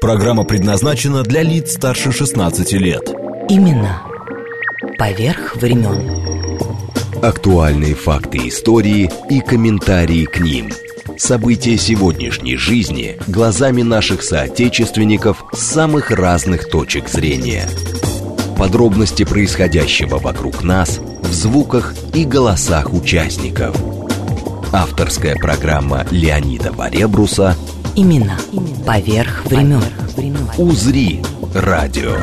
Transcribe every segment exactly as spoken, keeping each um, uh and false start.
Программа предназначена для лиц старше шестнадцати лет. Имена поверх времен. Актуальные факты истории и комментарии к ним. События сегодняшней жизни глазами наших соотечественников с самых разных точек зрения. Подробности происходящего вокруг нас в звуках и голосах участников. Авторская программа Леонида Баребруса Имена поверх времен. «Узри радио».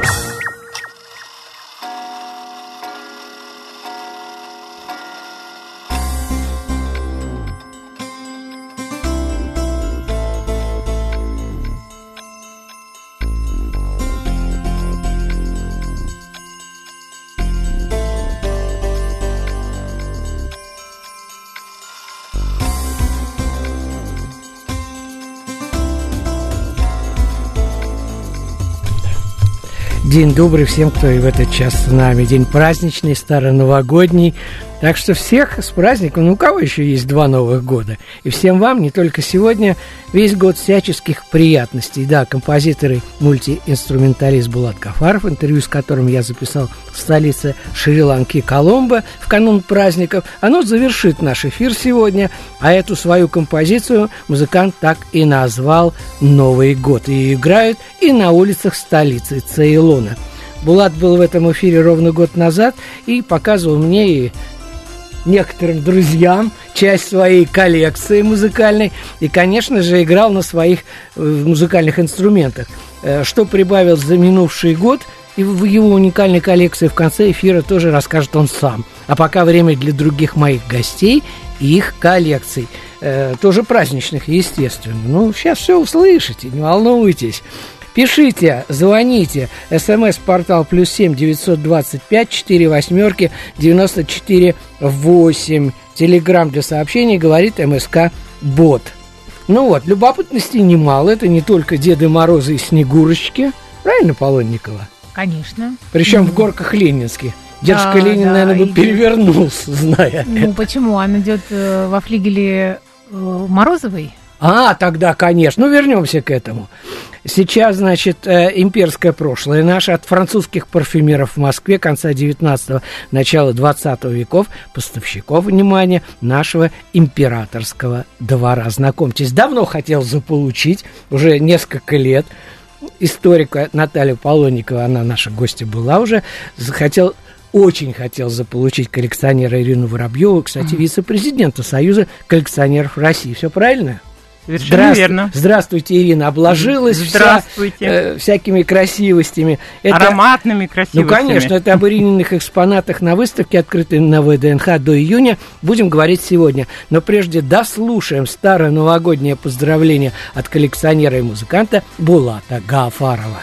День добрый всем, кто и в этот час с нами. День праздничный, староновогодний. Так что всех с праздником. Ну, у кого еще есть два Новых года? И всем вам, не только сегодня, весь год всяческих приятностей. Да, композитор и мультиинструменталист Булат Гафаров, интервью с которым я записал в столице Шри-Ланки Коломбо в канун праздников, оно завершит наш эфир сегодня. А эту свою композицию музыкант так и назвал «Новый год». И играет и на улицах столицы Цейлона. Булат был в этом эфире ровно год назад и показывал мне и некоторым друзьям часть своей коллекции музыкальной и, конечно же, играл на своих э, музыкальных инструментах, э, что прибавил за минувший год, и в его уникальной коллекции в конце эфира тоже расскажет он сам. А пока время для других моих гостей и их коллекций, э, тоже праздничных, естественно. Ну, сейчас все услышите, не волнуйтесь. Пишите, звоните. СМС-портал плюс семь девятьсот двадцать пять четыре восьмерки девяносто четыре восемь. Телеграм для сообщений говорит МСК Бот. Ну вот, любопытностей немало. Это не только Деды Морозы и Снегурочки. Правильно, Полонникова? Конечно. Причем ну, в горках Ленинских. Дедушка да, Ленин, да, наверное, бы идет... перевернулся, зная Ну, это. почему? Он идет э, во флигеле э, Морозовой? А, тогда, конечно. Ну, вернемся к этому. Сейчас, значит, э, имперское прошлое наше от французских парфюмеров в Москве конца девятнадцатого, начала двадцатого веков, поставщиков, внимания, нашего императорского двора. Знакомьтесь, давно хотел заполучить, уже несколько лет. Историка Наталья Полонникова, она наша гостья была уже, захотел... Очень хотел заполучить коллекционера Ирину Воробьеву, кстати, вице-президента Союза коллекционеров России. Все правильно? Совершенно Здравствуй, верно. Здравствуйте, Ирина. Обложилась Здравствуйте. Вся, э, всякими красивостями. Это, ароматными красивостями. Ну, конечно, это об Ирининых экспонатах на выставке, открытой на ВДНХ до июня. Будем говорить сегодня. Но прежде дослушаем старое новогоднее поздравление от коллекционера и музыканта Булата Гафарова.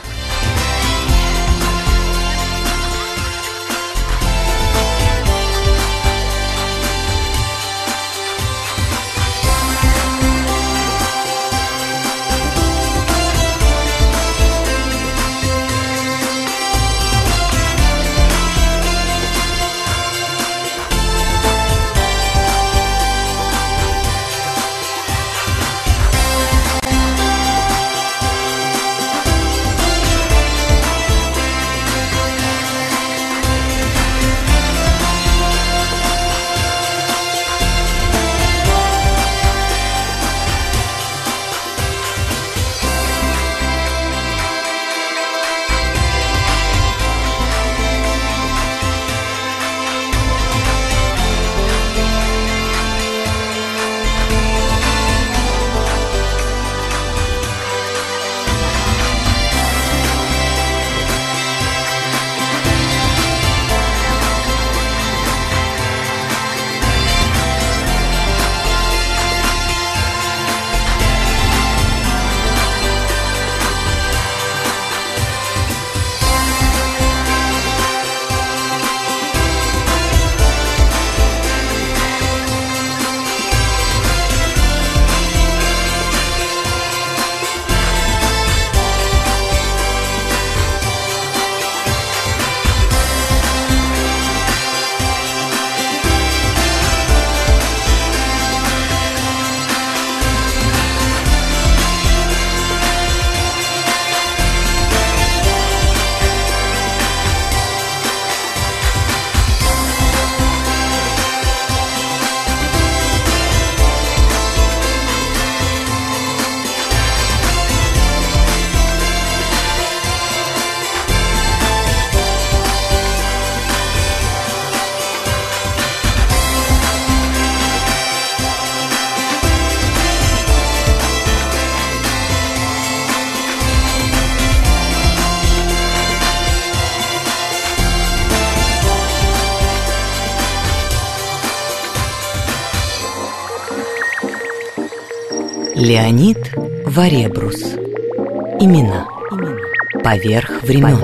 Леонид Варебрус. Имена. Поверх времен.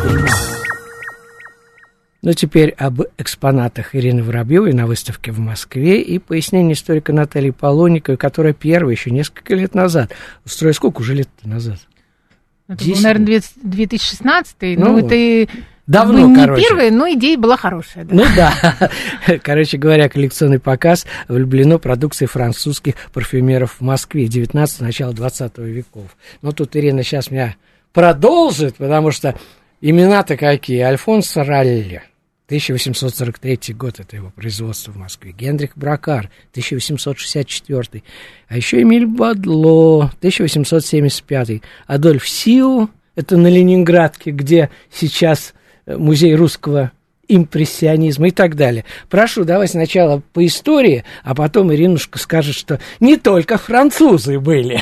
Ну, теперь об экспонатах Ирины Воробьевой на выставке в Москве и пояснение историка Натальи Полонниковой, которая первая еще несколько лет назад. Устроила сколько уже лет назад? Это был, наверное, две тысячи шестнадцатый. Ну, ну это и давно, не короче. первая, но идея была хорошая. Да? Ну да. Короче говоря, коллекционный показ влюблено продукции французских парфюмеров в Москве девятнадцатого, начала двадцатого веков. Но тут Ирина сейчас меня продолжит, потому что имена-то какие. Альфонс Ралли, тысяча восемьсот сорок третий год, это его производство в Москве. Генрих Брокар, тысяча восемьсот шестьдесят четвёртый. А еще Эмиль Бадло, тысяча восемьсот семьдесят пятый. Адольф Сиу, это на Ленинградке, где сейчас музей русского импрессионизма и так далее. Прошу, давай сначала по истории, а потом Иринушка скажет, что не только французы были.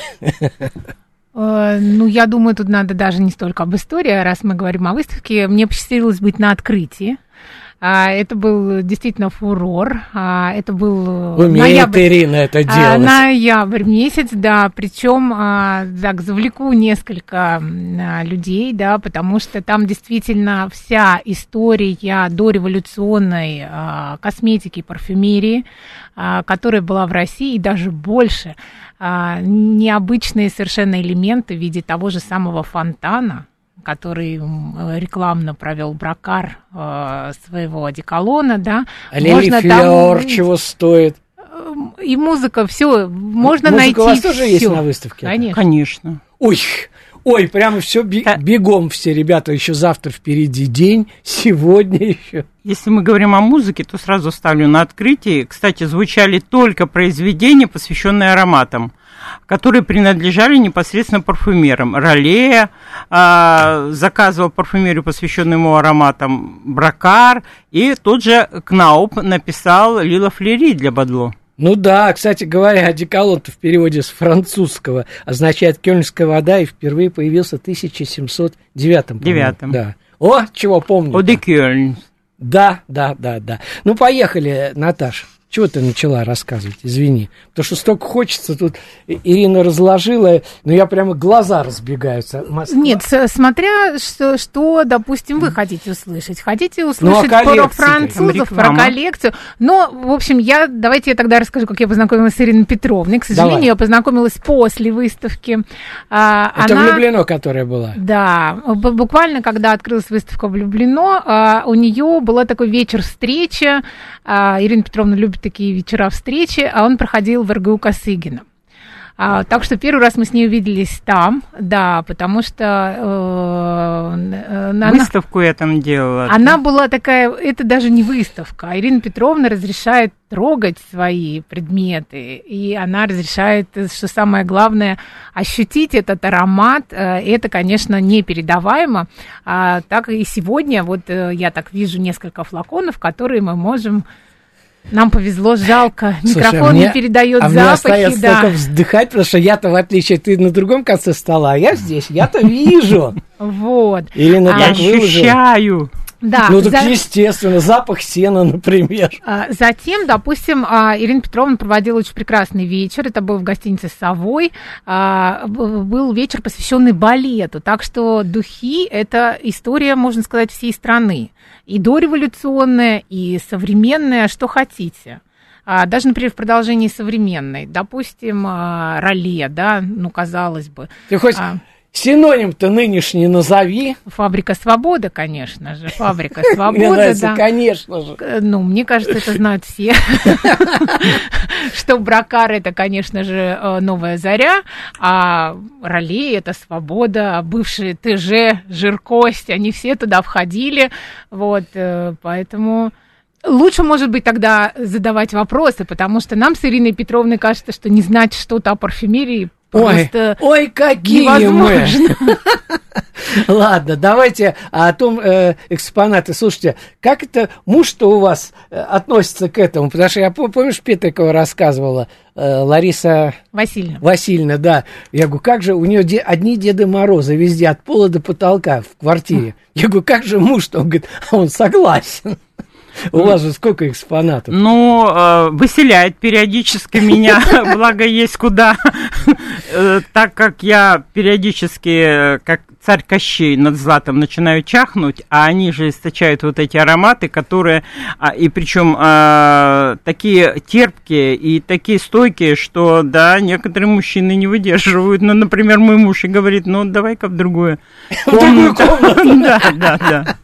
Ну, я думаю, тут надо даже не столько об истории, а раз мы говорим о выставке. Мне посчастливилось быть на открытии. Это был действительно фурор. Это был Умеет ноябрь, Ирина это делать. Ноябрь месяц, да. Причем так завлеку несколько людей, да, потому что там действительно вся история дореволюционной косметики и парфюмерии, которая была в России, и даже больше, необычные совершенно элементы в виде того же самого фонтана, который рекламно провел Брокар э, своего одеколона, да. А Лили Флёр там... чего стоит? И музыка, все, можно Музыка найти. У вас тоже всё. есть на выставке? Конечно. Конечно. Ой, ой, прямо все бегом все, ребята, еще завтра впереди день, сегодня еще. Если мы говорим о музыке, то сразу ставлю на открытие. Кстати, звучали только произведения, посвященные ароматам, которые принадлежали непосредственно парфюмерам. Ролле э, заказывал парфюмерию, посвященную ему ароматам, Брокар, и тот же Кнауп написал Лила Флери для Бадло. Ну да, кстати говоря, одеколон-то в переводе с французского означает «кёльнская вода», и впервые появился в тысяча семьсот девятом. Девятом. Да. О, чего помню. О де Кёльн. Да, да, да, да. Ну, поехали, Наташа. Чего ты начала рассказывать? Извини. Потому что столько хочется. Тут Ирина разложила, но я прямо глаза разбегаются. Москва. Нет, смотря что, что, допустим, вы хотите услышать. Хотите услышать ну, а про французов, про коллекцию. Но, в общем, я, давайте я тогда расскажу, как я познакомилась с Ириной Петровной. К сожалению, Давай. я познакомилась после выставки. Это Она... «Влюблено», которая была. Да. Буквально, когда открылась выставка «Влюблено», у нее был такой вечер-встречи. Ирина Петровна любит такие вечера встречи, а он проходил в эр гэ у Косыгина. А, так что первый раз мы с ней увиделись там, да, потому что... Э, э, Выставку она, я там делала. Она была такая, это даже не выставка, а Ирина Петровна разрешает трогать свои предметы, и она разрешает, что самое главное, ощутить этот аромат. Это, конечно, непередаваемо. А, так и сегодня, вот я так вижу несколько флаконов, которые мы можем... Нам повезло, жалко. Слушай, Микрофон а мне, не передает а запахи. Мне остается да. только вздыхать, потому что я-то, в отличие, ты на другом конце стола, а я здесь, я-то вижу. Вот. Ирина, я ощущаю. Да, ну, так за... естественно, запах сена, например. Затем, допустим, Ирина Петровна проводила очень прекрасный вечер. Это был в гостинице «Совой». Был вечер, посвященный балету. Так что духи – это история, можно сказать, всей страны. И дореволюционная, и современная, что хотите. Даже, например, в продолжении современной. Допустим, Ролле, да, ну, казалось бы. Ты хоть... Синоним-то нынешний назови. Фабрика свободы, конечно же. Фабрика свободы. Мне нравится, конечно же. Ну, мне кажется, это знают все. Что Брокар — это, конечно же, новая заря, а Ролле — это свобода, бывшие ТЖ, Жиркость, они все туда входили. Вот, поэтому... Лучше, может быть, тогда задавать вопросы, потому что нам с Ириной Петровной кажется, что не знать что-то о парфюмерии просто ой, ой, какие невозможно. Мы. Ладно, давайте о том э, экспонаты. Слушайте, как это муж-то у вас э, относится к этому? Потому что я, помнишь, Петрикова рассказывала, э, Лариса Васильевна. Васильевна, да. Я говорю, как же у нее де, одни Деды Морозы везде, от пола до потолка в квартире. Я говорю, как же муж-то? Он говорит, а он согласен. У вас же сколько экспонатов? Ну, э, выселяет периодически меня, благо есть куда, так как я периодически, как царь Кощей над Златом, начинаю чахнуть, а они же источают вот эти ароматы, которые, и причем такие терпкие и такие стойкие, что, да, некоторые мужчины не выдерживают. Ну, например, мой муж и говорит, ну, давай-ка в другую комнату. Да, да, да.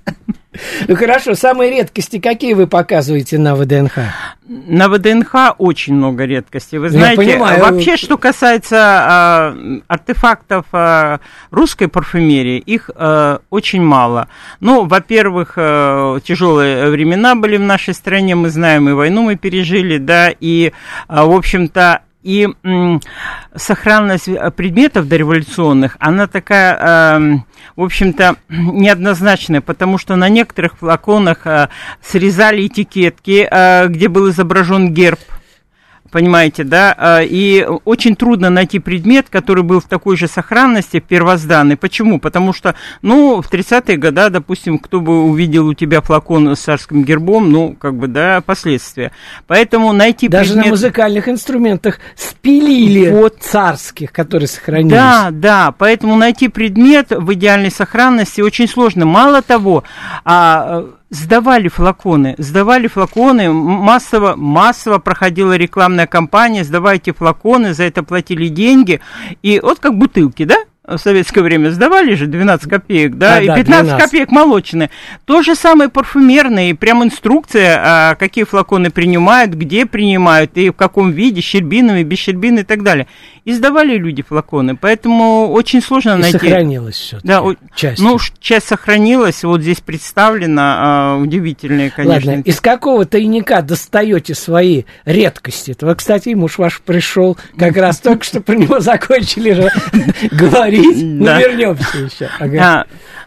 Ну хорошо, самые редкости какие вы показываете на ВДНХ? На ВДНХ очень много редкостей. Вы Я знаете, понимаю. Вообще, что касается э, артефактов э, русской парфюмерии, их э, очень мало. Ну, во-первых, э, тяжелые времена были в нашей стране, мы знаем, и войну мы пережили, да, и, э, в общем-то, и м, сохранность предметов дореволюционных, она такая, э, в общем-то, неоднозначная, потому что на некоторых флаконах э, срезали этикетки, э, где был изображен герб. Понимаете, да, и очень трудно найти предмет, который был в такой же сохранности, первозданный. Почему? Потому что, ну, в тридцатые годы, допустим, кто бы увидел у тебя флакон с царским гербом, ну, как бы, да, последствия. Поэтому найти Даже предмет... на музыкальных инструментах спилили вот царских, которые сохранились. Да, да, поэтому найти предмет в идеальной сохранности очень сложно. Мало того, а... Сдавали флаконы, сдавали флаконы, массово, массово проходила рекламная кампания, сдавайте флаконы, за это платили деньги, и вот как бутылки, да? В советское время сдавали же двенадцать копеек, да, а, и да, пятнадцать двенадцать копеек молочные. То же самое парфюмерные, прям инструкция, какие флаконы принимают, где принимают, и в каком виде, с щербинами, без щербин и так далее. И сдавали люди флаконы, поэтому очень сложно и найти. Сохранилось все-таки, да, часть. Ну, часть сохранилась, вот здесь представлена, удивительные, конечно. Ладно, из какого тайника достаете свои редкости? Вот, кстати, муж ваш пришел, как раз только что про него закончили же говорить. Ну, вернемся еще. Ага.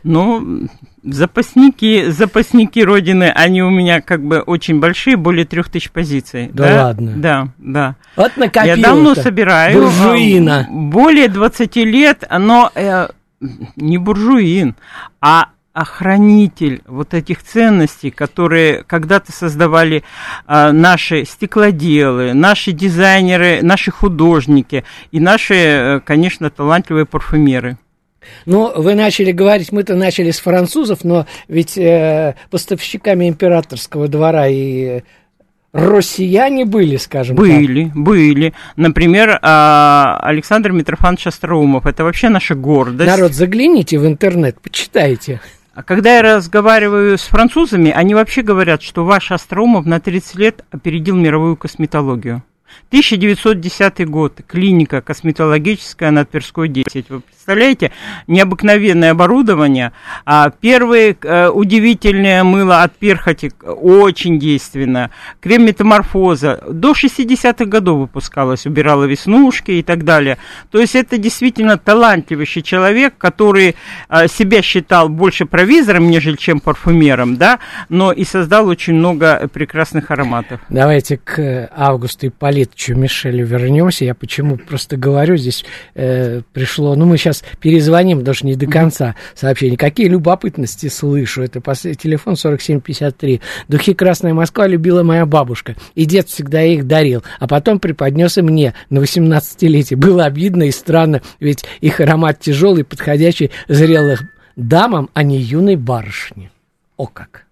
Ну, запасники, запасники Родины, они у меня как бы очень большие, более трех тысяч позиций. Да, да ладно? Да, да. Вот накопил. Я давно собираю. Буржуина. Более двадцати лет, но э, не буржуин, а охранитель вот этих ценностей, которые когда-то создавали а, наши стеклоделы, наши дизайнеры, наши художники и наши, конечно, талантливые парфюмеры. Ну, вы начали говорить, мы-то начали с французов, но ведь э, поставщиками императорского двора и россияне были, скажем были, так. Были, были. Например, Александр Митрофанович Остроумов. Это вообще наша гордость. Народ, загляните в интернет, почитайте. Когда я разговариваю с французами, они вообще говорят, что ваш Остроумов на тридцать лет опередил мировую косметологию. тысяча девятьсот десятый год, клиника косметологическая на Тверской десять. Вы представляете, необыкновенное оборудование. А первые а, удивительное мыло от перхоти, очень действенно. Крем метаморфоза. До шестидесятых годов выпускалось, убирала веснушки и так далее. То есть это действительно талантливейший человек, который а, себя считал больше провизором, нежели чем парфюмером, да, но и создал очень много прекрасных ароматов. Давайте к Августу Ипполитовичу Мишелю вернемся. Я почему просто говорю, здесь э, пришло, ну мы сейчас перезвоним, даже не до конца сообщение. Какие любопытности слышу. Это последний телефон сорок семь пятьдесят три. Духи «Красная Москва» любила моя бабушка, и дед всегда их дарил, а потом преподнес и мне на восемнадцатилетие. Было обидно и странно, ведь их аромат тяжелый, подходящий зрелых дамам, а не юной барышне. О как!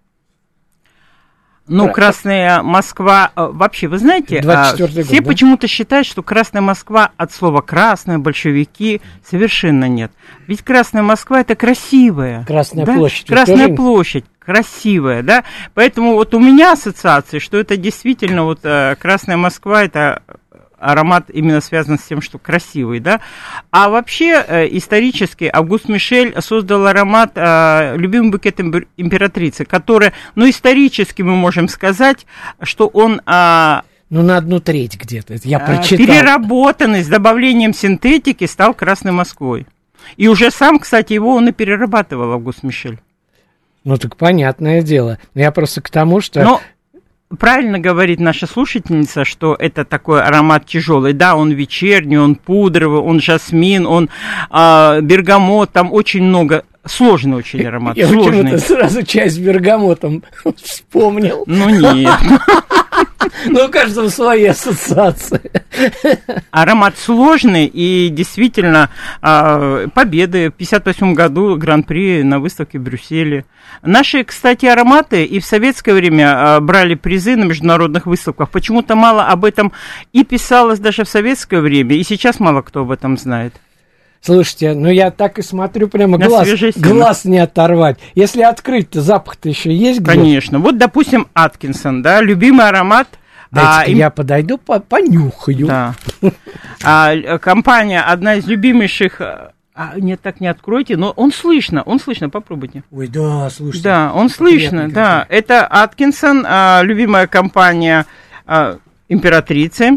Ну, Красная Москва, вообще, вы знаете, все год, почему-то да? считают, что Красная Москва от слова «красная», «большевики» совершенно нет. Ведь Красная Москва – это красивая. Красная да? площадь. Красная тоже... площадь, красивая, да. Поэтому вот у меня ассоциации, что это действительно вот Красная Москва – это... аромат именно связан с тем, что красивый, да. А вообще, э, исторически, Август Мишель создал аромат э, «Любимый букет императрицы», который, ну, исторически мы можем сказать, что он... Э, ну, на одну треть где-то, я прочитал. Переработанный с добавлением синтетики стал «Красной Москвой». И уже сам, кстати, его он и перерабатывал, Август Мишель. Ну, так понятное дело. Я просто к тому, что... Но... Правильно говорит наша слушательница, что это такой аромат тяжелый. Да, он вечерний, он пудровый, он жасмин, он э, бергамот, там очень много. сложный очень аромат. Я сложный. почему-то сразу чай с бергамотом вспомнил. Ну, нет. Ну, у каждого свои ассоциации. Аромат сложный, и действительно победы в пятьдесят восьмом году Гран-при на выставке в Брюсселе. Наши, кстати, ароматы и в советское время брали призы на международных выставках. Почему-то мало об этом и писалось даже в советское время, и сейчас мало кто об этом знает. Слушайте, ну я так и смотрю, прямо глаз, глаз не оторвать. Если открыть-то, запах-то еще есть где-то? Конечно. Вот, допустим, Аткинсон, да, любимый аромат. Дайте-ка а, им... я подойду, по понюхаю. Да. А, компания, одна из любимейших... А, нет, так не откройте, но он слышно, он слышно, попробуйте. Ой, да, слышно. Да, он слышно, да. Это Аткинсон, а, любимая компания а, императрицы.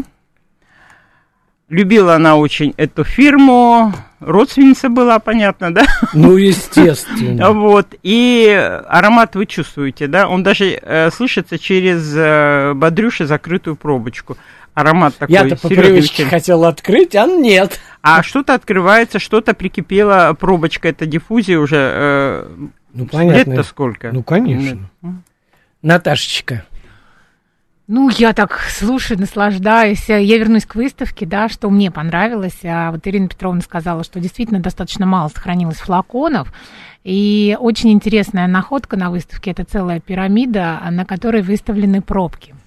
Любила она очень эту фирму, родственница была, понятно, да? Ну, естественно. Вот, и аромат вы чувствуете, да? Он даже э, слышится через э, бодрюши закрытую пробочку. Аромат такой. Я-то по привычке хотел открыть, а нет. А что-то открывается, что-то прикипело, пробочка, это диффузия уже. Э, ну, понятно. Лет-то сколько? Ну, конечно. Mm. Наташечка. Ну, я так слушаю, наслаждаюсь. Я вернусь к выставке, да, что мне понравилось. А вот Ирина Петровна сказала, что действительно достаточно мало сохранилось флаконов. И очень интересная находка на выставке – это целая пирамида, на которой выставлены пробки.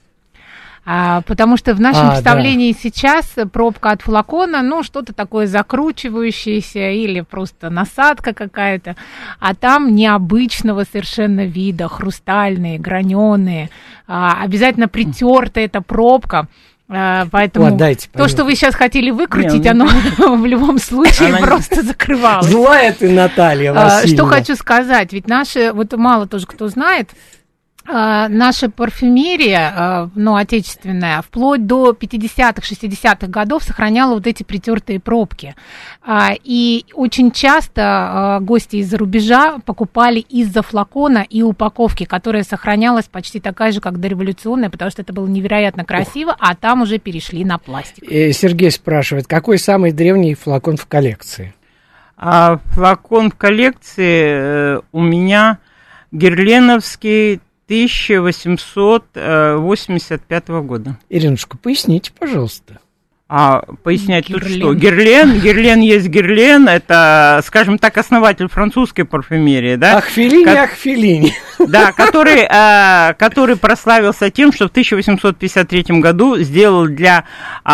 А, потому что в нашем а, представлении да. сейчас пробка от флакона, ну, что-то такое закручивающееся или просто насадка какая-то, а там необычного совершенно вида, хрустальные, граненые, а, обязательно притертая эта пробка. Поэтому вот, то, что вы сейчас хотели выкрутить, не, оно в любом случае она просто закрывалось. Злая ты, Наталья Васильевна. Что хочу сказать, ведь наши, вот мало тоже кто знает, наша парфюмерия, ну, отечественная, вплоть до пятидесятых, шестидесятых годов сохраняла вот эти притертые пробки. И очень часто гости из-за рубежа покупали из-за флакона и упаковки, которая сохранялась почти такая же, как дореволюционная, потому что это было невероятно красиво, а там уже перешли на пластик. Сергей спрашивает, какой самый древний флакон в коллекции? А флакон в коллекции у меня герленовский тысяча восемьсот восемьдесят пятого года. Иринушка, поясните, пожалуйста. А пояснять Герлен. Тут что? Герлен, Герлен есть Герлен, это, скажем так, основатель французской парфюмерии, да? Ахфелини, Ко- Ахфелини. Да, который, э, который прославился тем, что в тысяча восемьсот пятьдесят третьем году сделал для э,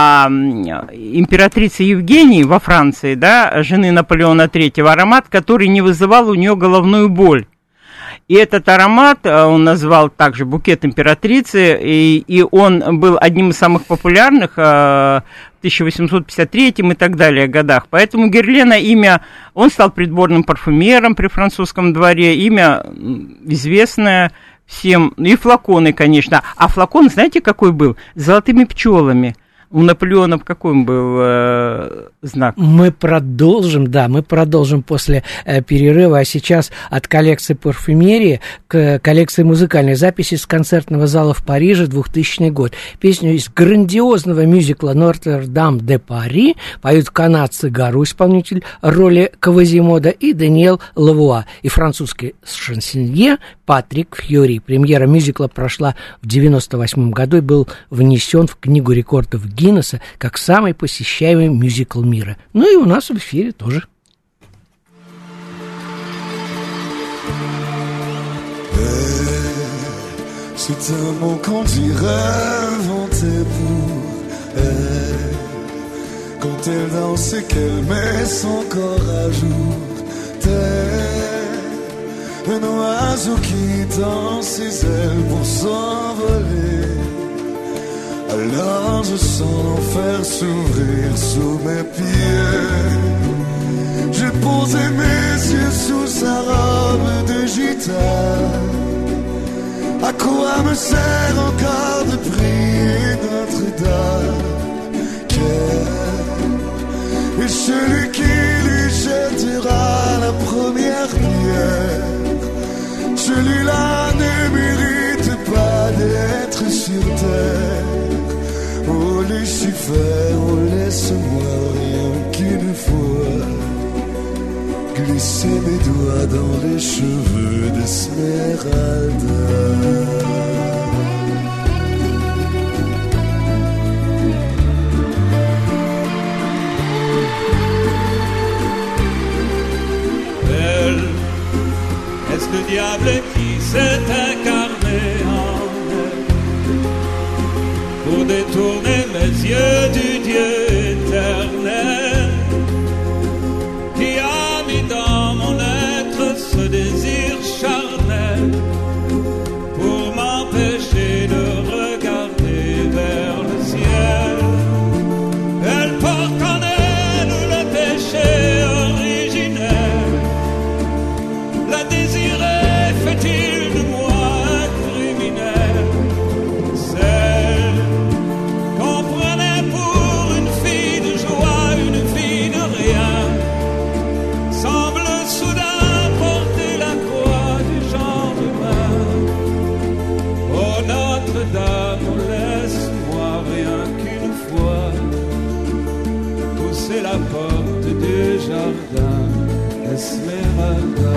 императрицы Евгении во Франции, да, жены Наполеона третьего, аромат, который не вызывал у нее головную боль. И этот аромат он назвал также «Букет императрицы», и, и он был одним из самых популярных э, в тысяча восемьсот пятьдесят третьем и так далее годах. Поэтому Герлена имя, он стал придворным парфюмером при французском дворе, имя известное всем, и флаконы, конечно. А флакон, знаете, какой был? С золотыми пчелами. У Наполеона какой он был э, знак? Мы продолжим, да, мы продолжим после э, перерыва. А сейчас от коллекции парфюмерии к коллекции музыкальной записи с концертного зала в Париже, двухтысячный год. Песню из грандиозного мюзикла «Нотр-Дам де Пари» поют канадцы Гару, исполнитель роли Квазимода, и Даниэль Лавуа, и французский шансонье Патрик Фьори. Премьера мюзикла прошла в девяносто восьмом году и был внесен в Книгу рекордов Гиннесса как самый посещаемый мюзикл мира. Ну и у нас в эфире тоже. C'est un mot qu'on dirait inventé pour elle. Quand elle danse et qu'elle met son corps à jour, tel un oiseau qui tend ses ailes pour s'envoler. Alors je sens l'enfer s'ouvrir sous mes pieds. J'ai posé mes yeux sous sa robe de gitane. À quoi me sert encore de prier Notre-Dame? Quel est celui qui lui jettera la première pierre? Celui-là ne mérite pas d'être sur terre. Oh Lucifer, oh laisse-moi rien qu'une fois glisser mes doigts dans les cheveux d'Esmeralda. Elle, est-ce le diable qui s'est incarné en elle pour détourner mes yeux du Dieu éternel qui a mis dans mon être ce désir charnel pour m'empêcher de regarder vers le ciel. Elle porte en elle le péché originel. La désirer fait-il de moi un criminel? Celle qu'on prenait pour une fille de joie, une fille de rien, semble soudain porter la croix du genre humain. Oh Notre-Dame, laisse-moi rien qu'une fois pousser la porte du jardin Esmeralda.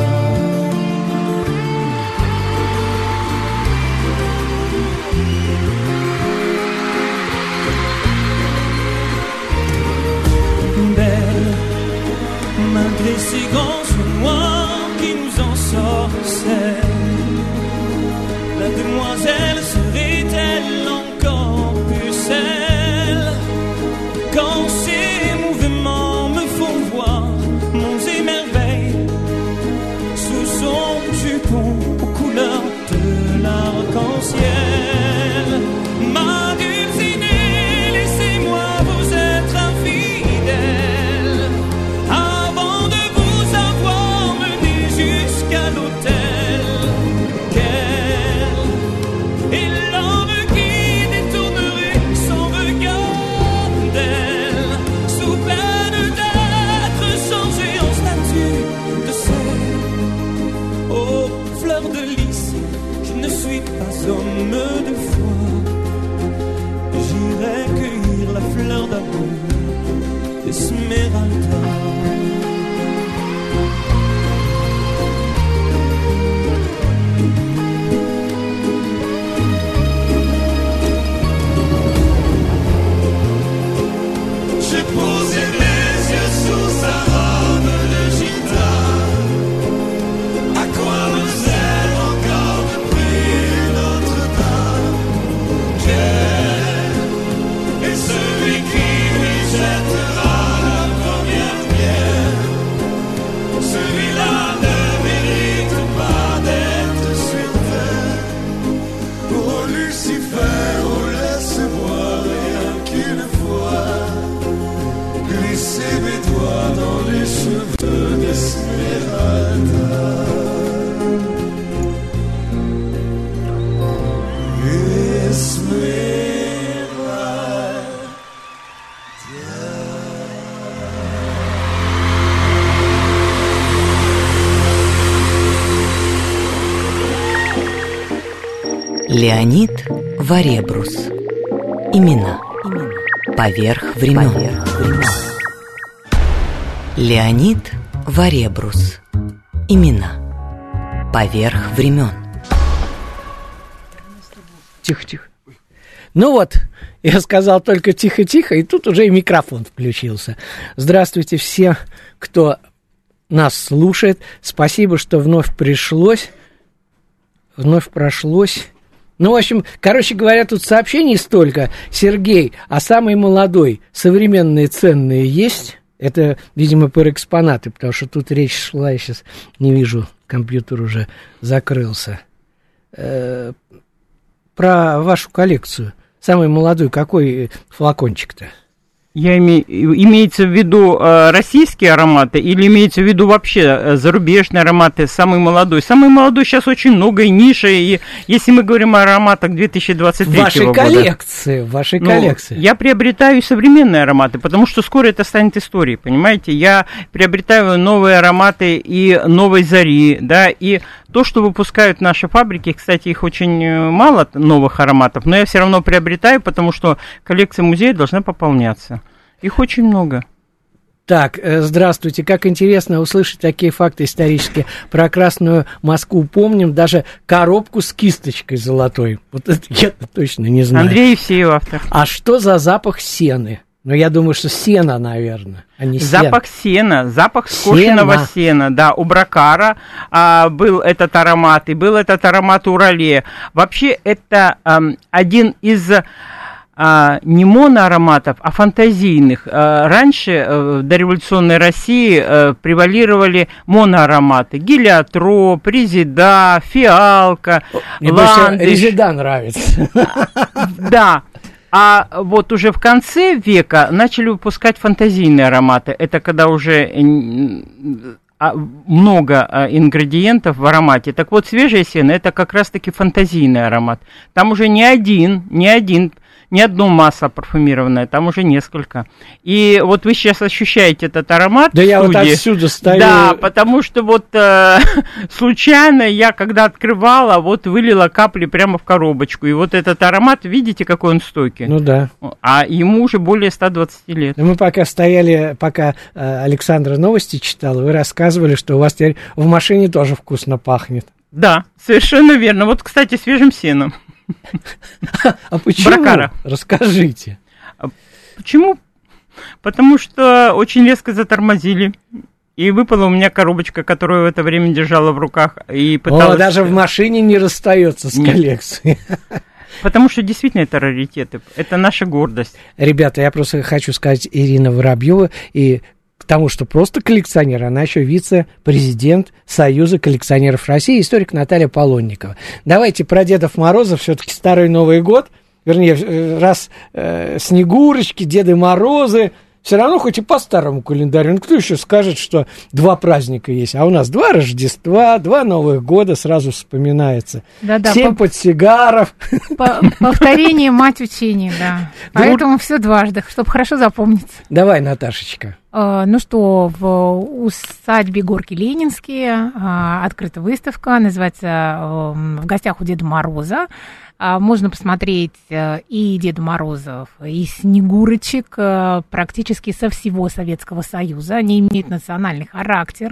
Belle, malgré ces grands yeux noirs qui nous ensorcellent, la demoiselle serait-elle encore pucelle quand ses mouvements me font voir monts et merveilles sous son jupon aux couleurs de l'arc-en-ciel? Ma dulcinée, laissez-moi vous être infidèle avant de vous avoir mené jusqu'à l'autel. Quel est l'homme qui détournerait son regard d'elle sous peine d'être changé en statue de sel? Oh, fleur de lys, je ne suis pas homme de foi. J'irai cueillir la fleur d'amour d'Esmeralda. J'ai posé mes yeux sous sa robe de gitane. À quoi me sert encore de prier Notre-Dame? Quel est celui qui lui jettera la première pierre? Celui-là ne mérite pas d'être sur terre. Oh Lucifer, oh laisse-moi rien qu'une fois glisser mes doigts dans les cheveux d'Esmeralda. Esmeralda. Леонид Варебрус. Имена. Поверх времен. Леонид Варебрус. Имена. Поверх времен. Тихо, тихо. Ну вот, я сказал только тихо-тихо, и тут уже и микрофон включился. Здравствуйте все, кто нас слушает. Спасибо, что вновь пришлось, вновь прошлось. Ну, в общем, короче говоря, тут сообщений столько. Сергей, а самый молодой, современные ценные есть? Это, видимо, про экспонаты, потому что тут речь шла, я сейчас не вижу, компьютер уже закрылся. Э-э- про вашу коллекцию. Самый молодой, какой флакончик-то? Я име... Имеется в виду э, российские ароматы или имеется в виду вообще э, зарубежные ароматы, самый молодой? Самый молодой сейчас очень много и ниша, и если мы говорим о ароматах две тысячи двадцать третьего года... Вашей коллекции, в вашей ну, коллекции. Я приобретаю современные ароматы, потому что скоро это станет историей, понимаете? Я приобретаю новые ароматы и новой зари, да, и то, что выпускают наши фабрики, кстати, их очень мало, новых ароматов, но я все равно приобретаю, потому что коллекция музея должна пополняться. Их очень много. Так, здравствуйте. Как интересно услышать такие факты исторические. Про Красную Москву помним, даже коробку с кисточкой золотой. Вот это я точно не знаю. Андрей Евсеев автор. А что за запах сены? Ну, я думаю, что сено, наверное, а не сено. Запах сена, запах скошенного сена, сена да. У Бракара а, был этот аромат, и был этот аромат у Роле. Вообще, это а, один из... А, не моноароматов, а фантазийных. А, раньше а, в дореволюционной России а, превалировали моноароматы. Гелиотроп, резида, фиалка, мне ландыш. Мне резида нравится. Да. А вот уже в конце века начали выпускать фантазийные ароматы. Это когда уже много ингредиентов в аромате. Так вот, свежая сено – это как раз-таки фантазийный аромат. Там уже не один, не один, не одно масло парфюмированное, там уже несколько. И вот вы сейчас ощущаете этот аромат. Да в я студии. Вот отсюда стою. Да, потому что вот э, случайно я, когда открывала, вот вылила капли прямо в коробочку. И вот этот аромат, видите, какой он стойкий? Ну да. А ему уже более ста двадцати лет. Мы пока стояли, пока э, Александра новости читала, вы рассказывали, что у вас теперь в машине тоже вкусно пахнет. Да, совершенно верно. Вот, кстати, свежим сеном. А почему? Бракара. Расскажите. Почему? Потому что очень резко затормозили. И выпала у меня коробочка, которую в это время держала в руках. И пыталась... О, даже в машине не расстается с Нет. коллекцией. Потому что действительно это раритеты. Это наша гордость. Ребята, я просто хочу сказать, Ирина Воробьева, и к тому, что просто коллекционер, она еще вице-президент Союза коллекционеров России, историк Наталья Полонникова. Давайте про Дедов Морозов, все-таки Старый Новый год, вернее, раз э, Снегурочки, Деды Морозы, все равно хоть и по старому календарю, ну кто еще скажет, что два праздника есть, а у нас два Рождества, два Новых года сразу вспоминается. Да-да, семь по... подсигаров. По... Повторение мать учения, да. Поэтому все дважды, чтобы хорошо запомнить. Давай, Наташечка. Ну что, в усадьбе Горки Ленинские открыта выставка, называется «В гостях у Деда Мороза». Можно посмотреть и Деда Морозов, и Снегурочек практически со всего Советского Союза. Они имеют национальный характер.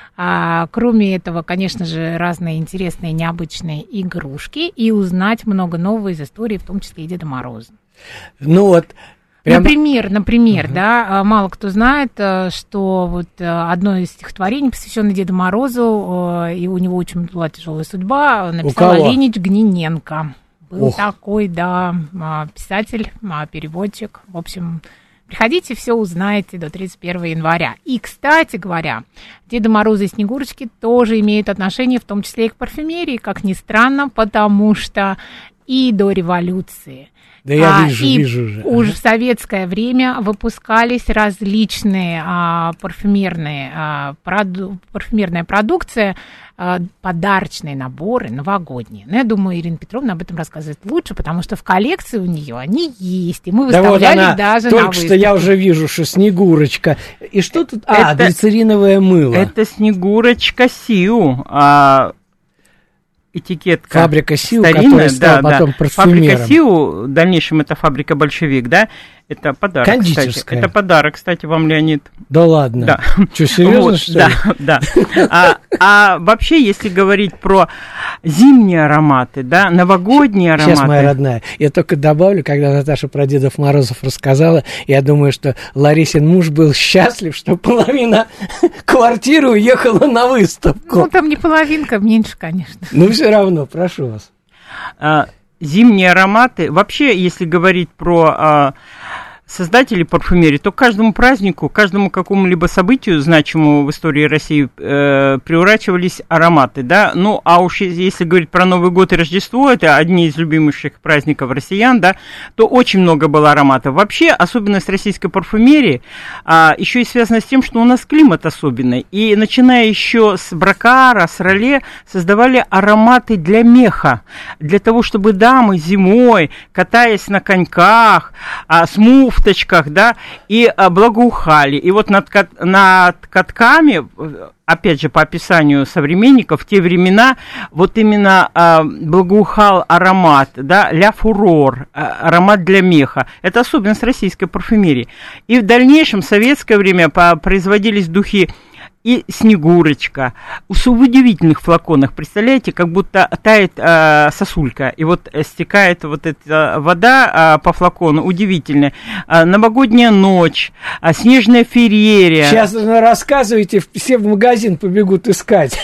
Кроме этого, конечно же, разные интересные, необычные игрушки. И узнать много нового из истории, в том числе и Деда Мороза. Ну вот... Прям... Например, например, uh-huh. да, мало кто знает, что вот одно из стихотворений, посвященное Деду Морозу, и у него очень была тяжелая судьба, написал Оленич Гниненко. Был Ох. такой, да, писатель, переводчик. В общем, приходите, все узнаете до тридцать первого января. И, кстати говоря, Деда Мороза и Снегурочки тоже имеют отношение, в том числе и к парфюмерии, как ни странно, потому что и до революции, Да я а, вижу, и вижу уже. уже в советское время выпускались различные а, парфюмерные, а, проду, парфюмерная продукция, а, подарочные наборы, новогодние. Но я думаю, Ирина Петровна об этом рассказывает лучше, потому что в коллекции у нее они есть, и мы выставляли да вот она, даже только на выставке. Что я уже вижу, что Снегурочка. И что тут? А, это, глицериновое мыло. Это Снегурочка Сиу, а... этикетка фабрика Сиу, старинная, которая стала да, потом да. парфюмером. Фабрика Сиу, в дальнейшем это фабрика Большевик, да? Это подарок, кондитерская. Кстати. Это подарок, кстати, вам, Леонид. Да ладно? Да. Что, серьезно, вот, что да, ли? Да, а, а вообще, если говорить про зимние ароматы, да, новогодние ароматы... Сейчас, моя родная, я только добавлю, когда Наташа про Дедов Морозов рассказала, я думаю, что Ларисин муж был счастлив, что половина квартиры уехала на выставку. Ну, там не половинка, меньше, конечно. Ну, все равно, прошу вас. А, зимние ароматы, вообще, если говорить про а, создателей парфюмерии, то каждому празднику, каждому какому-либо событию значимому в истории России э, приурачивались ароматы, да, ну, а уж если говорить про Новый год и Рождество, это одни из любимейших праздников россиян, да, то очень много было ароматов. Вообще, особенность российской парфюмерии а, еще и связана с тем, что у нас климат особенный, и начиная еще с Бракара, с Роле, создавали ароматы для меха, для того, чтобы дамы зимой, катаясь на коньках, а, с муфтой, кофточках, да, и а, благоухали. И вот над, над катками, опять же, по описанию современников, в те времена вот именно а, благоухал аромат, да, ля фурор, а, аромат для меха. Это особенность российской парфюмерии. И в дальнейшем, в советское время, по, производились духи и Снегурочка. В удивительных флаконах, представляете, как будто тает э, сосулька, и вот стекает вот эта вода э, по флакону, удивительная. Э, Новогодняя ночь, э, Снежная феерия. Сейчас рассказывайте, все в магазин побегут искать.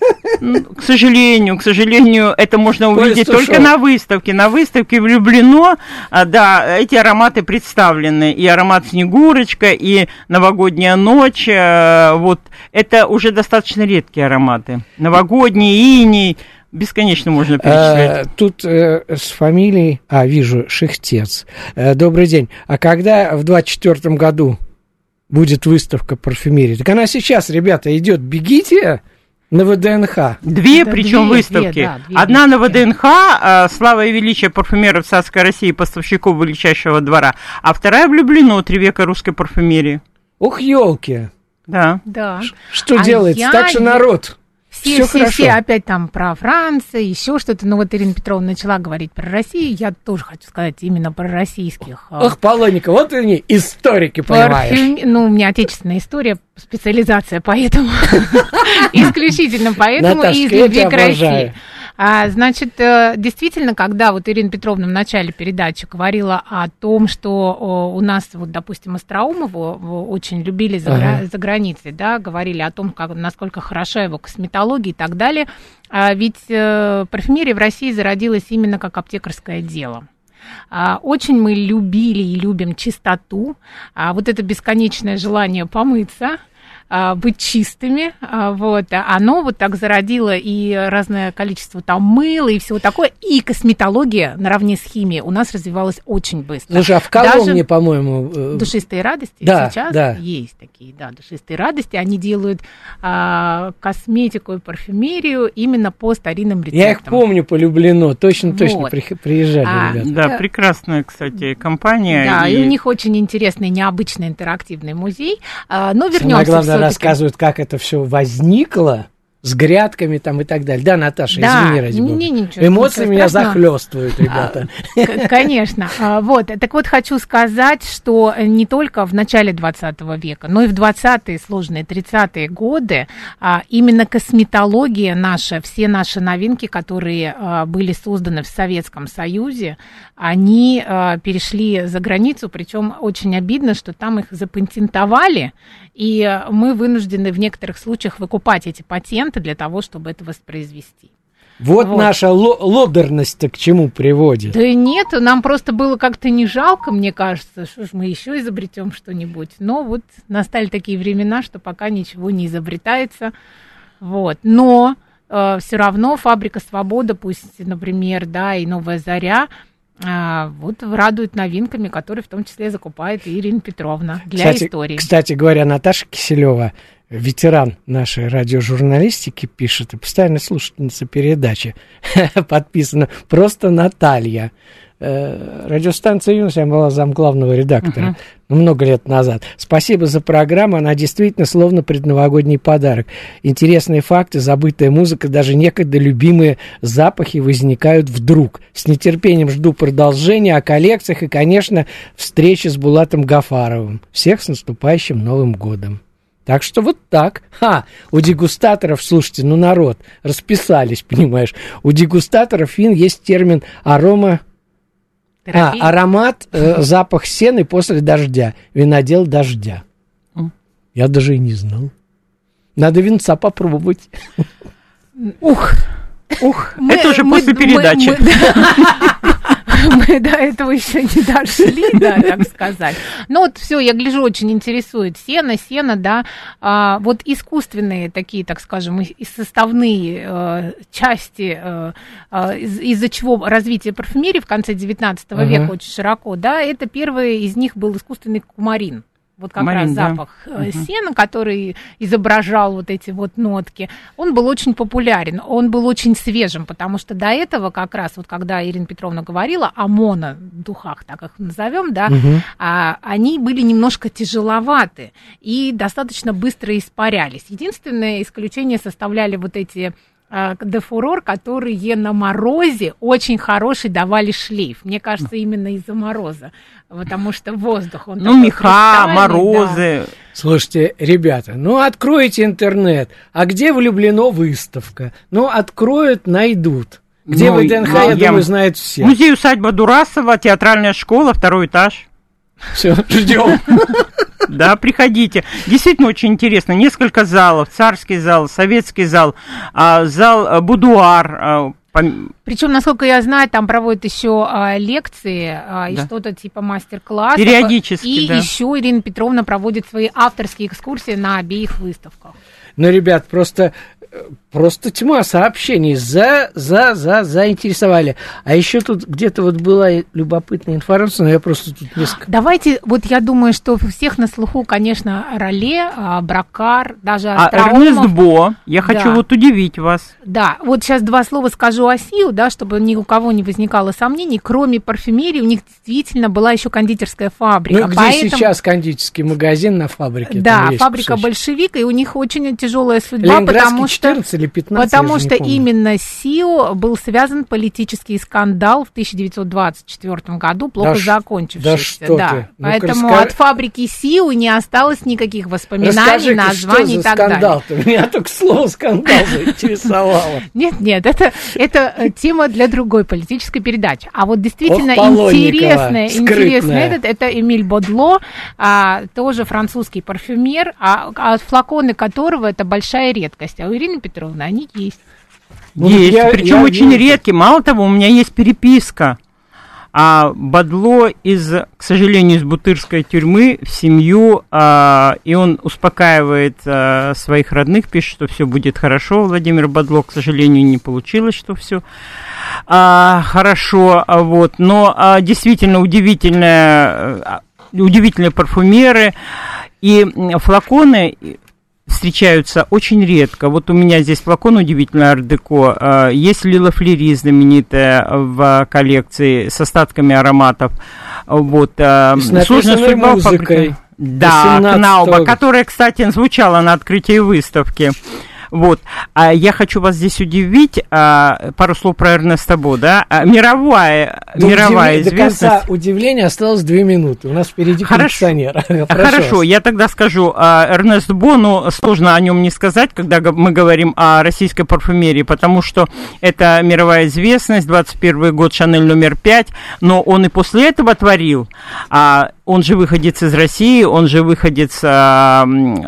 К сожалению, к сожалению, это можно увидеть Поезд только ушел. на выставке. На выставке «Влюблено», а, да, эти ароматы представлены. И аромат «Снегурочка», и «Новогодняя ночь». А, вот, это уже достаточно редкие ароматы. Новогодний, иней, бесконечно можно перечислять. А, тут э, с фамилией, а, вижу, Шехтец. Э, добрый день. А когда в двадцать четвёртом году будет выставка парфюмерии? Так она сейчас, ребята, идет. Бегите на ВДНХ. Две, Да, причем две, выставки. две, да, две Одна на выставки. ВДНХ, а, «Слава и величие парфюмеров царской России, поставщиков величайшего двора», а вторая «Влюблено», три века русской парфюмерии. Ух, елки. Да. Да. Что А делается? я Так что е- народ. Все, Всё все, хорошо. все опять там про Францию, еще что-то. Ну вот Ирина Петровна начала говорить про Россию. Я тоже хочу сказать именно про российских. а, Ох, Полоника, вот они, историки, понимаешь. парфюм- Ну, у меня отечественная история, специализация, поэтому исключительно поэтому и из Наташка, я любви тебя к России. обожаю. А, значит, э, действительно, когда вот Ирина Петровна в начале передачи говорила о том, что о, у нас, вот, допустим, Остроумову в- очень любили за, гра- Ага. за границей, да, говорили о том, как, насколько хороша его косметология и так далее, а ведь э, парфюмерия в России зародилась именно как аптекарское дело. А, Очень мы любили и любим чистоту, а, вот это бесконечное желание помыться, а, быть чистыми, а, вот, оно вот так зародило и разное количество там мыла и всего такое, и косметология наравне с химией у нас развивалась очень быстро. Слушай, а в Даже Коломне, по-моему... э, Душистые радости Да, сейчас да. есть такие, да, душистые радости, они делают а, косметику и парфюмерию именно по старинным рецептам. Я их помню по Люблено, точно-точно Вот. при- приезжали, А, ребята. Да, Да. прекрасная, кстати, компания. Да, и... у них очень интересный, необычный интерактивный музей. А, Но Самое вернемся главное, все-таки. рассказывают, как это все возникло, с грядками там и так далее. Да, Наташа, Да, извини, ради бога. не- ничего, Эмоции ничего меня страшного. захлестывают, ребята. К- Конечно. А, Вот. Так вот, хочу сказать, что не только в начале двадцатого века, но и в двадцатые сложные тридцатые годы а, именно косметология наша, все наши новинки, которые а, были созданы в Советском Союзе, они а, перешли за границу, причем очень обидно, что там их запатентовали, и а, мы вынуждены в некоторых случаях выкупать эти патенты для того, чтобы это воспроизвести. Вот, Вот. наша ло- лодерность-то к чему приводит. Да нет, нам просто было как-то не жалко, мне кажется, что ж мы еще изобретем что-нибудь. Но вот настали такие времена, что пока ничего не изобретается. Вот. Но э, все равно фабрика «Свобода», пусть, например, да, и «Новая заря», э, вот радует новинками, которые в том числе закупает и Ирина Петровна для Кстати, истории. Кстати говоря, Наташа Киселева, ветеран нашей радиожурналистики, пишет, и постоянная слушательница передачи, подписана просто Наталья. Э, Радиостанция «Юность», я была замглавного редактора ну, много лет назад. Спасибо за программу, она действительно словно предновогодний подарок. Интересные факты, забытая музыка, даже некогда любимые запахи возникают вдруг. С нетерпением жду продолжения о коллекциях и, конечно, встречи с Булатом Гафаровым. Всех с наступающим Новым годом. Так что вот так. Ха, у дегустаторов, слушайте, ну народ, расписались, понимаешь. У дегустаторов вин есть термин арома... А, Терапия. аромат, э, запах сены после дождя. Винодел дождя. Я даже и не знал. Надо винца попробовать. Ух, Ух, Мы- это уже мы- после мы- передачи. мы- да. Мы до этого еще не дошли, да, так сказать. Ну вот все, я гляжу, очень интересует сено, сено, да. А, вот искусственные такие, так скажем, и- и составные э, части, э, э, из- из-за чего развитие парфюмерии в конце девятнадцатого Ага. века очень широко, да, это первый из них был искусственный кумарин. вот как Марин, раз да. запах uh-huh. сена, который изображал вот эти вот нотки, он был очень популярен, он был очень свежим, потому что до этого как раз, вот когда Ирина Петровна говорила о монодухах, так их назовем, да, uh-huh. а, они были немножко тяжеловаты и достаточно быстро испарялись. Единственное исключение составляли вот эти де Фурор, которые на морозе очень хороший давали шлейф. Мне кажется, именно из-за мороза, потому что воздух, он ну, меха, морозы. Да. Слушайте, ребята, ну, откройте интернет. А где влюблено выставка? Ну, откроют, найдут. Где ну, ВДНХ, я, я думаю, знают все. Музей-усадьба Дурасова, театральная школа, второй этаж. Все, ждем. Да, приходите. Действительно очень интересно. Несколько залов. Царский зал, советский зал, зал будуар. Причем, насколько я знаю, там проводят еще а, лекции а, и да. что-то типа мастер-классов. Периодически, и да. еще Ирина Петровна проводит свои авторские экскурсии на обеих выставках. Ну, ребят, просто... Просто тьма сообщений за, за, за, заинтересовали. А еще тут где-то вот была любопытная информация, но я просто тут несколько... Давайте, вот я думаю, что у всех на слуху, конечно, Роле, Бракар, даже Остроумов. А Эрнест Бо, я хочу да. вот удивить вас. Да, вот сейчас два слова скажу о СИУ, да, чтобы ни у кого не возникало сомнений. Кроме парфюмерии, у них действительно была еще кондитерская фабрика. Ну, где Поэтому... сейчас кондитерский магазин на фабрике? Да, фабрика «Большевик», и у них очень тяжелая судьба, потому что... четырнадцать или пятнадцать, Потому что именно с СИУ был связан политический скандал в тысяча девятьсот двадцать четвёртом году, плохо да закончившийся. Да что да. ты? Поэтому расскажи... от фабрики СИУ не осталось никаких воспоминаний, Расскажи-ка, названий и так скандал-то? далее. Меня только слово «скандал» заинтересовало. Нет, нет, это, это тема для другой политической передачи. А вот действительно интересное, интересное этот, это Эмиль Бодло, а, тоже французский парфюмер, а, а флаконы которого это большая редкость. А у Ирины Петровны они есть. Есть, я, причем я очень вижу. Редкий. Мало того, у меня есть переписка. А Бодло из, к сожалению, из бутырской тюрьмы в семью, а, и он успокаивает а, своих родных, пишет, что все будет хорошо. Владимир Бодло, к сожалению, не получилось, что все а, хорошо. А, вот, но а, действительно удивительные, удивительные парфюмеры и флаконы встречаются очень редко. Вот у меня здесь флакон удивительный ар-деко. Есть Лила Флери, знаменитая в коллекции с остатками ароматов. Вот. Сложная судьба фабрики. Да, Кнауба, которая, кстати, звучала на открытии выставки. Вот. А я хочу вас здесь удивить. А, пару слов про Эрнеста Бо, да? А, мировая, до мировая удивления, известность. До конца удивления осталось две минуты. У нас впереди кондиционер. Хорошо, я тогда скажу. А, Эрнест Бо, ну, сложно о нем не сказать, когда мы говорим о российской парфюмерии, потому что это мировая известность, двадцать первый год, Шанель номер пять, но он и после этого творил. А, он же выходец из России, он же выходец... А,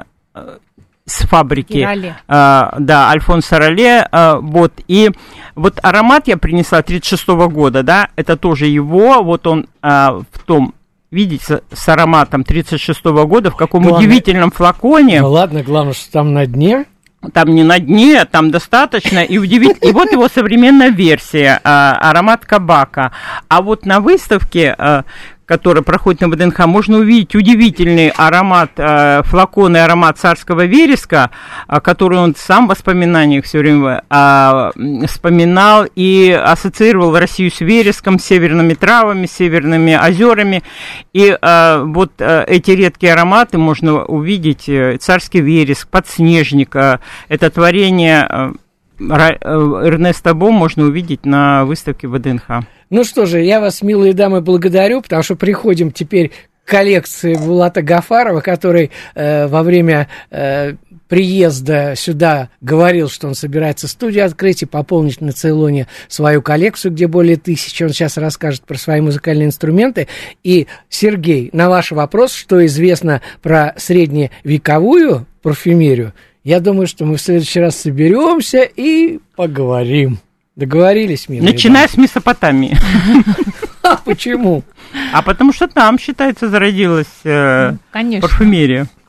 с фабрики, а, да, Альфонсо Роле, а, вот, и вот аромат я принесла тридцать шестого года, да, это тоже его, вот он а, в том, видите, с ароматом тридцать шестого года, в каком главное, удивительном флаконе. Ну ладно, главное, что там на дне. Там не на дне, там достаточно, и удивительно, и вот его современная версия, а, аромат Кабака, а вот на выставке... А, которая проходит на ВДНХ, можно увидеть удивительный аромат, э, флакон и аромат царского вереска, э, который он сам в воспоминаниях все время э, вспоминал и ассоциировал Россию с вереском, с северными травами, с северными озерами. И э, вот э, эти редкие ароматы можно увидеть, э, царский вереск, подснежник, э, это творение... Э, Эрнеста Бо можно увидеть на выставке ВДНХ. Ну что же, я вас, милые дамы, благодарю, потому что приходим теперь к коллекции Булата Гафарова, который э, во время э, приезда сюда говорил, что он собирается студию открыть и пополнить на Цейлоне свою коллекцию, где более тысячи. Он сейчас расскажет про свои музыкальные инструменты. И, Сергей, на ваш вопрос, что известно про средневековую парфюмерию, я думаю, что мы в следующий раз соберемся и поговорим. Договорились, милые Начиная дамы. С Месопотамии. А почему? А потому что там, считается, зародилась э, парфюмерия.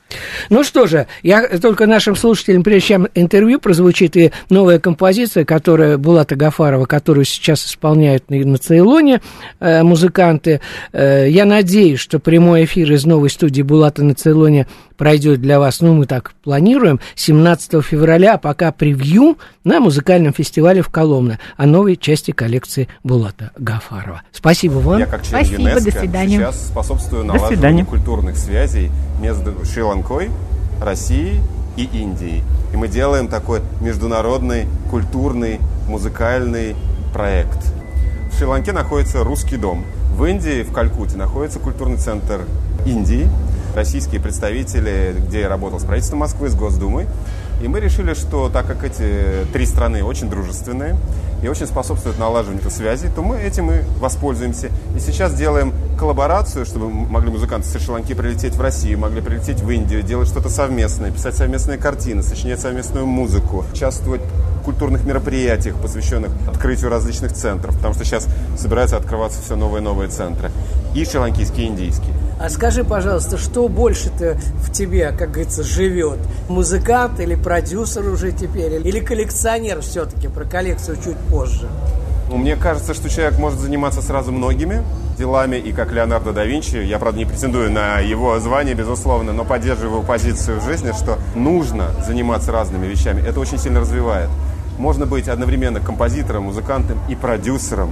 Ну что же, я только нашим слушателям, прежде чем интервью прозвучит, и новая композиция, которая Булата Гафарова, которую сейчас исполняют на, на Цейлоне э, музыканты, э, я надеюсь, что прямой эфир из новой студии Булата на Цейлоне пройдет для вас, ну, мы так планируем, семнадцатого февраля, а пока превью на музыкальном фестивале в Коломне о новой части коллекции Булата Гафарова. Спасибо вам. Я как член Спасибо, ЮНЕСКО до свидания. сейчас способствую налаживанию культурных связей между Шри-Ланкой, Россией и Индией. И мы делаем такой международный культурный музыкальный проект. В Шри-Ланке находится Русский дом. В Индии, в Калькутте, находится культурный центр Индии. Российские представители, где я работал с правительством Москвы, с Госдумой. И мы решили, что так как эти три страны очень дружественные и очень способствуют налаживанию связей, то мы этим и воспользуемся. И сейчас делаем коллаборацию, чтобы могли музыканты со Шри-Ланки прилететь в Россию, могли прилететь в Индию, делать что-то совместное, писать совместные картины, сочинять совместную музыку, участвовать в культурных мероприятиях, посвященных открытию различных центров, потому что сейчас собираются открываться все новые и новые центры. И шри-ланкийские, и индийские. А скажи, пожалуйста, что больше-то в тебе, как говорится, живет? Музыкант или продюсер уже теперь? Или коллекционер все-таки? Про коллекцию чуть позже. Ну, мне кажется, что человек может заниматься сразу многими делами, и как Леонардо да Винчи, я, правда, не претендую на его звание, безусловно, но поддерживаю позицию в жизни, что нужно заниматься разными вещами. Это очень сильно развивает. Можно быть одновременно композитором, музыкантом и продюсером,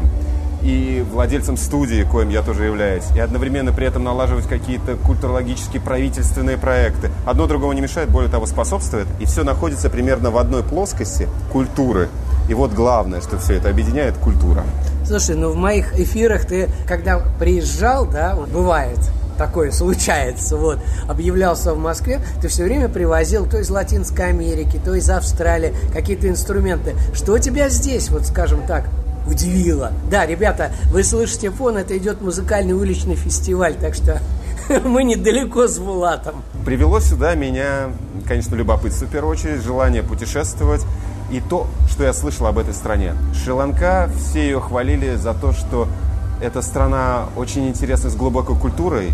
и владельцем студии, коим я тоже являюсь, и одновременно при этом налаживать какие-то культурологические правительственные проекты. Одно другому не мешает, более того, способствует, и все находится примерно в одной плоскости культуры. И вот главное, что все это объединяет, культура. Слушай, ну в моих эфирах ты, когда приезжал, да, вот бывает, такое случается, вот, объявлялся в Москве, ты все время привозил то из Латинской Америки, то из Австралии какие-то инструменты. Что тебя здесь, вот скажем так, удивило? Да, ребята, вы слышите фон, это идет музыкальный уличный фестиваль, так что мы недалеко с Булатом. Привело сюда меня, конечно, любопытство в первую очередь, желание путешествовать и то, что я слышал об этой стране. Шри-Ланка, все ее хвалили за то, что эта страна очень интересна, с глубокой культурой.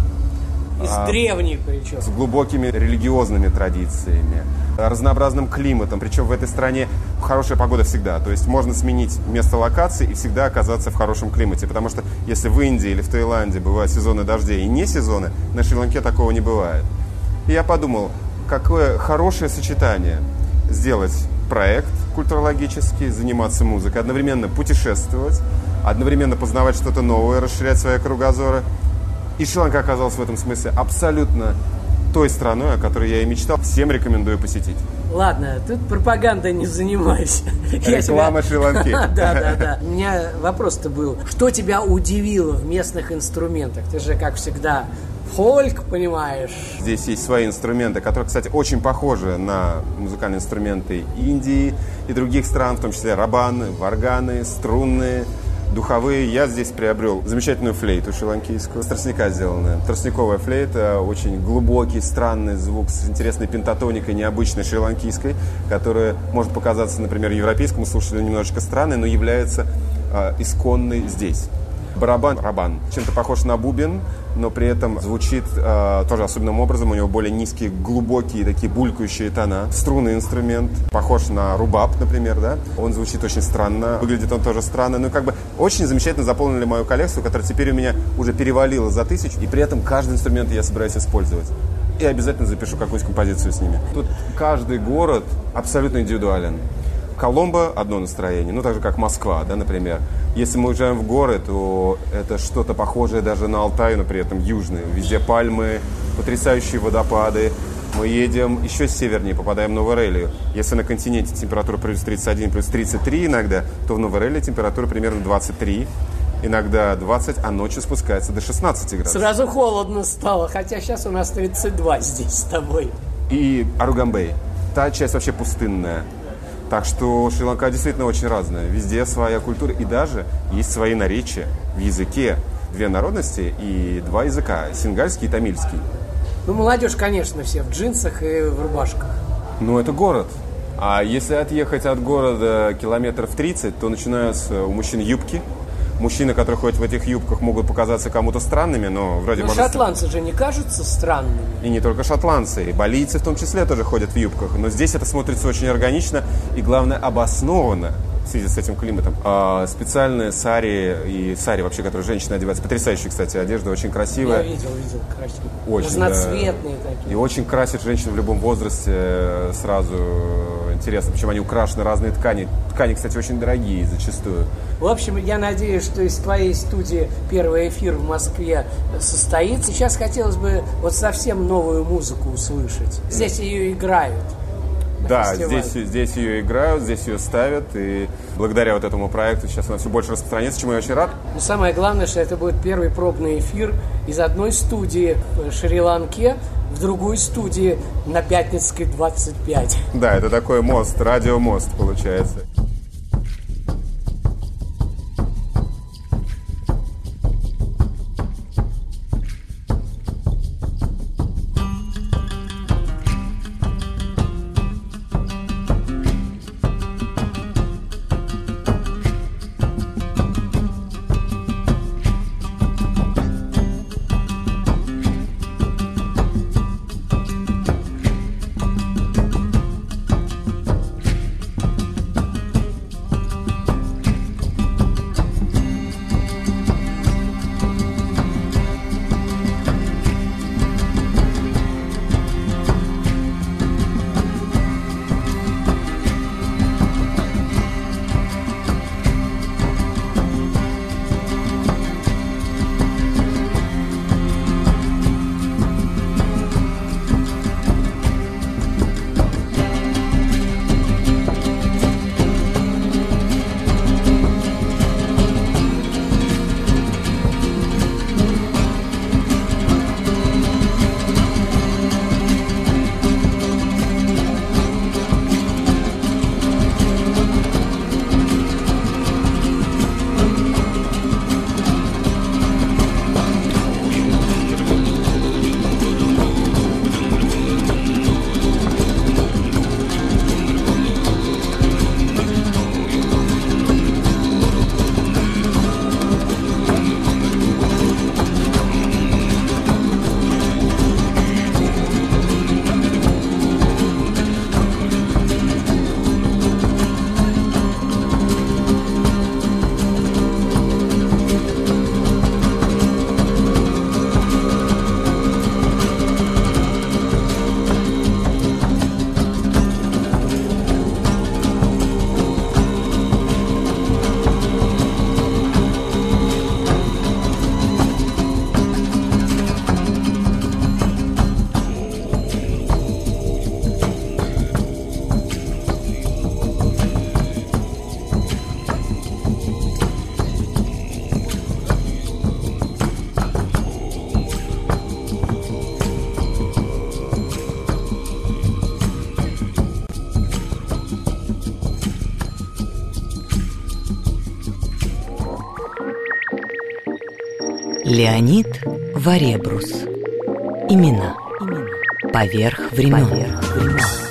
И с древней причем. С глубокими религиозными традициями, разнообразным климатом. Причем в этой стране хорошая погода всегда. То есть можно сменить место локации и всегда оказаться в хорошем климате. Потому что если в Индии или в Таиланде бывают сезоны дождей и не сезоны, на Шри-Ланке такого не бывает. И я подумал, какое хорошее сочетание сделать проект культурологический, заниматься музыкой, одновременно путешествовать, одновременно познавать что-то новое, расширять свои кругозоры. И Шри-Ланка оказалась в этом смысле абсолютно той страной, о которой я и мечтал. Всем рекомендую посетить. Ладно, тут пропагандой не занимайся. Реклама Шри-Ланки. Да, да, да. У меня вопрос-то был, что тебя удивило в местных инструментах? Ты же, как всегда, фольк, понимаешь. Здесь есть свои инструменты, которые, кстати, очень похожи на музыкальные инструменты Индии и других стран, в том числе рабаны, варганы, струнные, духовые. Я здесь приобрел замечательную флейту шри-ланкийскую, с тростника сделанная. Тростниковая флейта, очень глубокий, странный звук с интересной пентатоникой, необычной шри-ланкийской, которая может показаться, например, европейскому слушателю немножечко странной, но является э, исконной здесь. Барабан, рабан, чем-то похож на бубен, но при этом звучит э, тоже особенным образом. У него более низкие, глубокие, такие булькающие тона. Струнный инструмент, похож на рубаб, например, да. Он звучит очень странно, выглядит он тоже странно. Ну, как бы очень замечательно заполнили мою коллекцию, которая теперь у меня уже перевалила за тысячу. И при этом каждый инструмент я собираюсь использовать. И обязательно запишу какую-нибудь композицию с ними. Тут каждый город абсолютно индивидуален. Коломбо – одно настроение, ну, так же, как Москва, да, например. Если мы уезжаем в горы, то это что-то похожее даже на Алтай, но при этом южный. Везде пальмы, потрясающие водопады. Мы едем еще севернее, попадаем в Нуворелию. Если на континенте температура плюс тридцать один, плюс тридцать три иногда, то в Нуворелии температура примерно двадцать три, иногда двадцать, а ночью спускается до шестнадцати градусов. Сразу холодно стало, хотя сейчас у нас тридцать два здесь с тобой. И Аругамбей. Та часть вообще пустынная. Так что Шри-Ланка действительно очень разная. Везде своя культура. И даже есть свои наречия в языке. Две народности и два языка. Сингальский и тамильский. Ну, молодежь, конечно, все в джинсах и в рубашках. Ну, это город. А если отъехать от города километров тридцать, то начинаются у мужчин юбки, мужчины, которые ходят в этих юбках, могут показаться кому-то странными, но вроде... Но можно... шотландцы же не кажутся странными. И не только шотландцы, и балийцы в том числе тоже ходят в юбках. Но здесь это смотрится очень органично и, главное, обоснованно в связи с этим климатом. А специальные сари и сари вообще, которые женщины одеваются. Потрясающая, кстати, одежда, очень красивая. Я видел, видел, красивые. Очень, разноцветные да. такие. И очень красят женщин в любом возрасте сразу. Интересно, причем они украшены разные ткани. Ткани, кстати, очень дорогие зачастую. В общем, я надеюсь, что из твоей студии первый эфир в Москве состоится. Сейчас хотелось бы вот совсем новую музыку услышать. Здесь ее играют. Да, здесь, здесь ее играют, здесь ее ставят, и благодаря вот этому проекту сейчас она все больше распространяется, чему я очень рад. Но самое главное, что это будет первый пробный эфир из одной студии в Шри-Ланке в другую студию на Пятницкой двадцать пять. Да, это такой мост, радиомост получается. Леонид Варебрус. Имена. Поверх времен. Поверх времен.